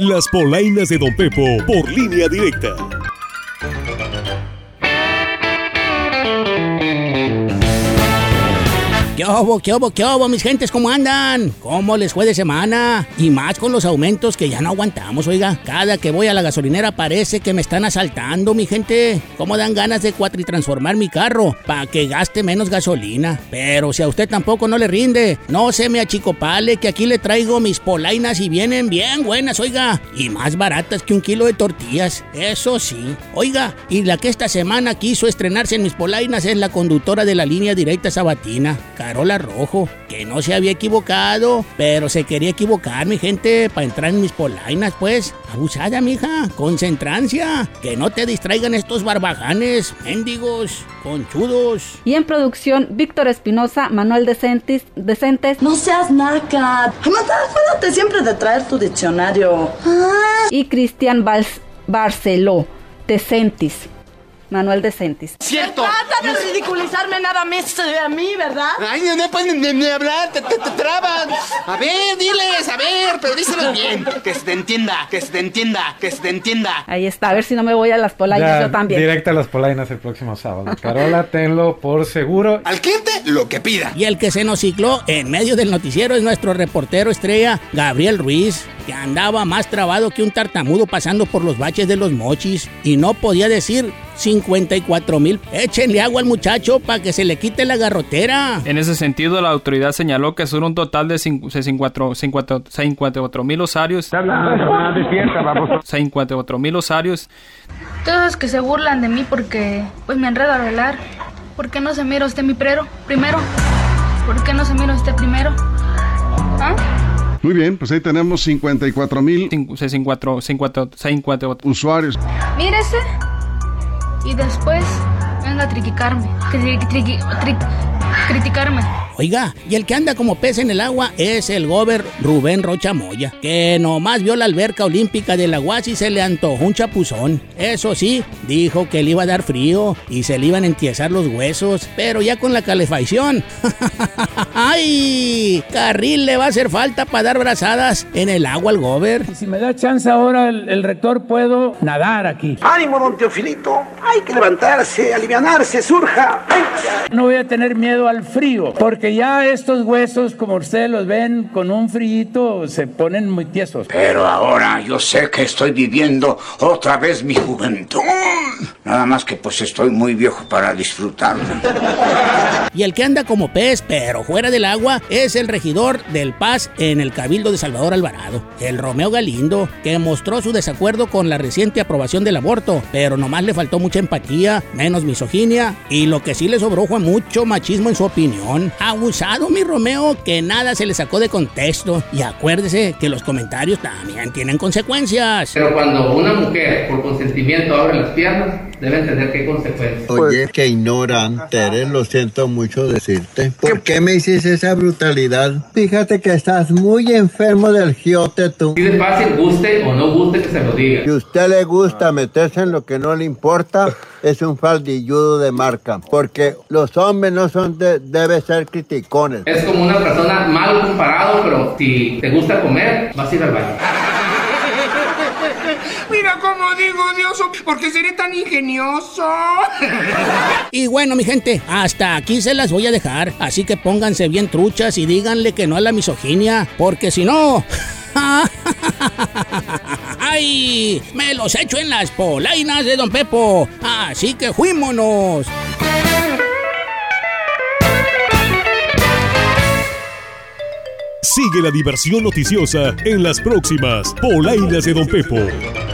Las polainas de Don Pepo por Línea Directa. ¿Qué hubo, mis gentes? ¿Cómo andan? ¿Cómo les fue de semana? Y más con los aumentos que ya no aguantamos, oiga. Cada que voy a la gasolinera parece que me están asaltando, mi gente. ¿Cómo dan ganas de cuatritransformar mi carro para que gaste menos gasolina? Pero si a usted tampoco no le rinde, no se me achicopale que aquí le traigo mis polainas y vienen bien buenas, oiga. Y más baratas que 1 kilo de tortillas, eso sí. Oiga, y la que esta semana quiso estrenarse en mis polainas es la conductora de la Línea Directa sabatina, Carola Rojo, que no se había equivocado, pero se quería equivocar, mi gente, para entrar en mis polainas, pues. Abusada, mija, concentrancia, que no te distraigan estos barbajanes, mendigos, conchudos. Y en producción, Víctor Espinosa, Manuel Decentes. No seas naca, acuérdate siempre de traer tu diccionario. Y Cristian Barceló, Decentis. Manuel Decentis. ¡Cierto! Trata de ridiculizarme nada más a mí, ¿verdad? Ay, no pueden ni hablar, te traban. A ver, diles, pero díselos bien. Que se te entienda. Ahí está, a ver si no me voy a las polainas yo también. Directa a las polainas el próximo sábado. Carola, tenlo por seguro. Al cliente, lo que pida. Y el que se nos cicló en medio del noticiero es nuestro reportero estrella, Gabriel Ruiz, que andaba más trabado que un tartamudo pasando por los baches de los Mochis y no podía decir 54,000. Échenle agua al muchacho para que se le quite la garrotera. En ese sentido, la autoridad señaló que son un total de 54,000 osarios. 54,000 osarios. Todos que se burlan de mí porque pues me enredo a hablar. ¿Por qué no se mira usted mi primero? ¿Por qué no se mira usted primero? ¿Ah? Muy bien, pues ahí tenemos 54,000 usuarios. Mírese. Y después venga a criticarme. Oiga, y el que anda como pez en el agua es el gober Rubén Rocha Moya, que nomás vio la alberca olímpica de la UAS y se le antojó un chapuzón. Eso sí, dijo que le iba a dar frío y se le iban a entiesar los huesos, pero ya con la calefacción. ¡Ay! Carril le va a hacer falta para dar brazadas en el agua al gober. Y si me da chance ahora el rector, puedo nadar aquí. ¡Ánimo, don Teofilito! Hay que levantarse, alivianarse, surja. No voy a tener miedo al frío, porque ya estos huesos, como ustedes los ven, con un frío se ponen muy tiesos. Pero ahora yo sé que estoy viviendo otra vez mi juventud. Nada más que pues estoy muy viejo para disfrutarlo. Y el que anda como pez, pero fuera del agua, es el regidor del Paz en el Cabildo de Salvador Alvarado, el Romeo Galindo, que mostró su desacuerdo con la reciente aprobación del aborto, pero nomás le faltó mucha empatía, menos misoginia, y lo que sí le sobró fue mucho machismo en su opinión. Abusado, mi Romeo, que nada se le sacó de contexto. Y acuérdese que los comentarios también tienen consecuencias. Pero cuando una mujer por consentimiento abre las piernas, debe entender que hay consecuencias. Oye, qué ignorante eres, lo siento mucho decirte. ¿Por qué me hiciste esa brutalidad? Fíjate que estás muy enfermo del giote tú. Si es fácil, guste o no guste que se lo diga. Si a usted le gusta meterse en lo que no le importa, es un faldilludo de marca. Porque los hombres no son debe ser criticones. Es como una persona mal comparado, pero si te gusta comer, vas a ir al baño. Mira cómo digo, Dios, ¿por qué seré tan ingenioso? Y bueno, mi gente, hasta aquí se las voy a dejar. Así que pónganse bien truchas y díganle que no a la misoginia, porque si no... ¡Ay! Me los echo en las polainas de Don Pepo. Así que fuímonos. Sigue la diversión noticiosa en las próximas polainas de Don Pepo.